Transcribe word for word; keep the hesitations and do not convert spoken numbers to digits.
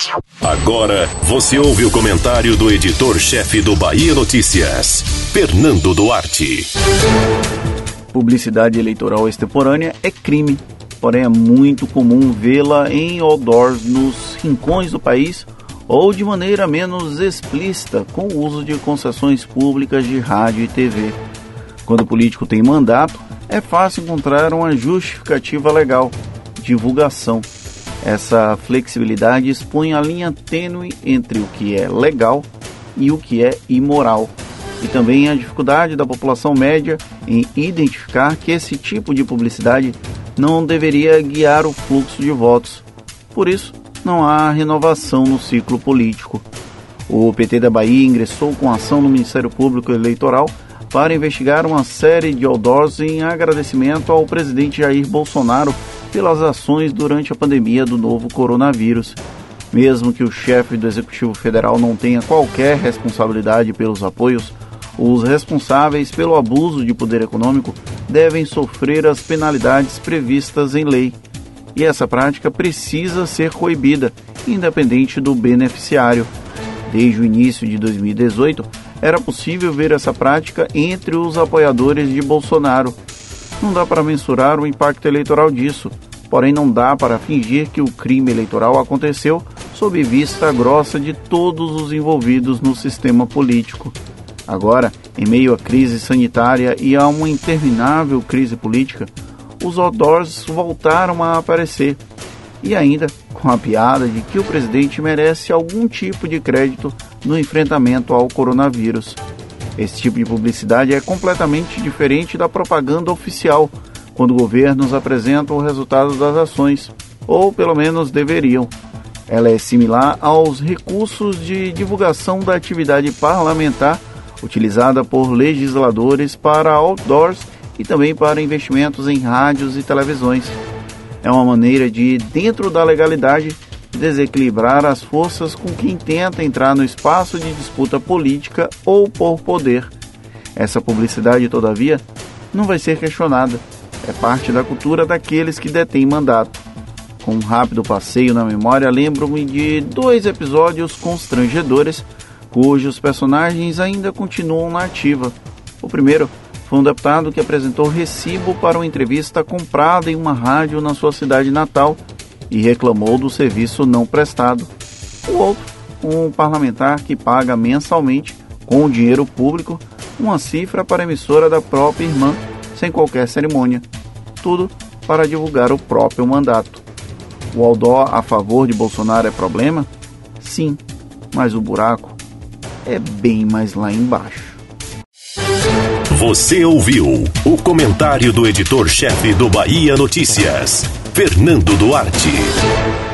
Agora você ouve o comentário do editor-chefe do Bahia Notícias, Fernando Duarte. Publicidade eleitoral extemporânea é crime, porém é muito comum vê-la em outdoors nos rincões do país ou de maneira menos explícita com o uso de concessões públicas de rádio e T V. Quando o político tem mandato, é fácil encontrar uma justificativa legal: divulgação. Essa flexibilidade expõe a linha tênue entre o que é legal e o que é imoral, e também a dificuldade da população média em identificar que esse tipo de publicidade não deveria guiar o fluxo de votos. Por isso, não há renovação no ciclo político. O P T da Bahia ingressou com ação no Ministério Público Eleitoral para investigar uma série de outdoors em agradecimento ao presidente Jair Bolsonaro pelas ações durante a pandemia do novo coronavírus. Mesmo que o chefe do Executivo Federal não tenha qualquer responsabilidade pelos apoios, os responsáveis pelo abuso de poder econômico devem sofrer as penalidades previstas em lei. E essa prática precisa ser coibida, independente do beneficiário. Desde o início de dois mil e dezoito, era possível ver essa prática entre os apoiadores de Bolsonaro. Não dá para mensurar o impacto eleitoral disso, porém não dá para fingir que o crime eleitoral aconteceu sob vista grossa de todos os envolvidos no sistema político. Agora, em meio à crise sanitária e a uma interminável crise política, os outdoors voltaram a aparecer, e ainda com a piada de que o presidente merece algum tipo de crédito no enfrentamento ao coronavírus. Esse tipo de publicidade é completamente diferente da propaganda oficial, quando governos apresentam o resultado das ações, ou pelo menos deveriam. Ela é similar aos recursos de divulgação da atividade parlamentar utilizada por legisladores para outdoors e também para investimentos em rádios e televisões. É uma maneira de, dentro da legalidade, desequilibrar as forças com quem tenta entrar no espaço de disputa política ou por poder. Essa publicidade, todavia, não vai ser questionada. É parte da cultura daqueles que detêm mandato. Com um rápido passeio na memória, lembro-me de dois episódios constrangedores cujos personagens ainda continuam na ativa. O primeiro foi um deputado que apresentou recibo para uma entrevista comprada em uma rádio na sua cidade natal e reclamou do serviço não prestado. O outro, um parlamentar que paga mensalmente, com o dinheiro público, uma cifra para a emissora da própria irmã, sem qualquer cerimônia. Tudo para divulgar o próprio mandato. O outdoor a favor de Bolsonaro é problema? Sim, mas o buraco é bem mais lá embaixo. Você ouviu o comentário do editor-chefe do Bahia Notícias, Fernando Duarte.